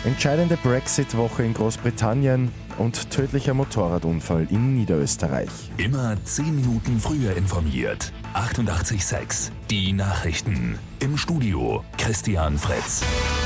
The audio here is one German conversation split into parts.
Entscheidende Brexit-Woche in Großbritannien und tödlicher Motorradunfall in Niederösterreich. Immer 10 Minuten früher informiert. 88,6. Die Nachrichten. Im Studio Christian Fritz.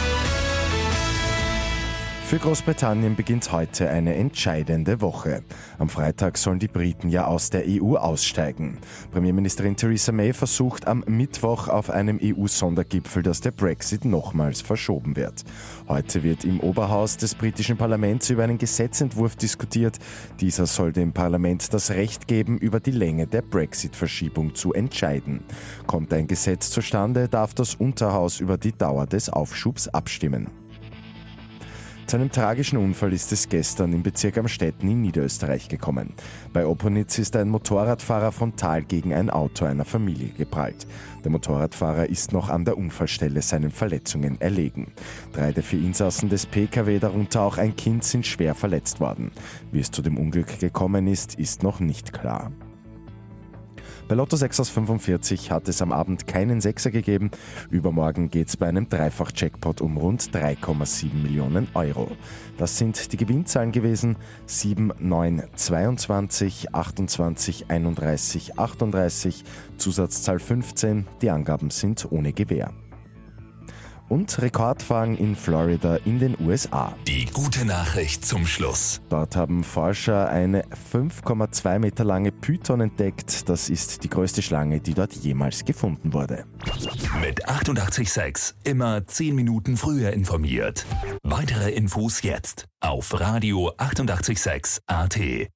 Für Großbritannien beginnt heute eine entscheidende Woche. Am Freitag sollen die Briten ja aus der EU aussteigen. Premierministerin Theresa May versucht am Mittwoch auf einem EU-Sondergipfel, dass der Brexit nochmals verschoben wird. Heute wird im Oberhaus des britischen Parlaments über einen Gesetzentwurf diskutiert. Dieser soll dem Parlament das Recht geben, über die Länge der Brexit-Verschiebung zu entscheiden. Kommt ein Gesetz zustande, darf das Unterhaus über die Dauer des Aufschubs abstimmen. Zu einem tragischen Unfall ist es gestern im Bezirk Amstetten in Niederösterreich gekommen. Bei Opponitz ist ein Motorradfahrer frontal gegen ein Auto einer Familie geprallt. Der Motorradfahrer ist noch an der Unfallstelle seinen Verletzungen erlegen. 3 der 4 Insassen des Pkw, darunter auch ein Kind, sind schwer verletzt worden. Wie es zu dem Unglück gekommen ist noch nicht klar. Bei Lotto 6 aus 45 hat es am Abend keinen Sechser gegeben. Übermorgen geht es bei einem Dreifach-Jackpot um rund 3,7 Millionen Euro. Das sind die Gewinnzahlen gewesen: 7, 9, 22, 28, 31, 38, Zusatzzahl 15. Die Angaben sind ohne Gewähr. Und Rekordfahren in Florida in den USA. Die gute Nachricht zum Schluss. Dort haben Forscher eine 5,2 Meter lange Python entdeckt. Das ist die größte Schlange, die dort jemals gefunden wurde. Mit 88,6 immer 10 Minuten früher informiert. Weitere Infos jetzt auf Radio 88,6 AT.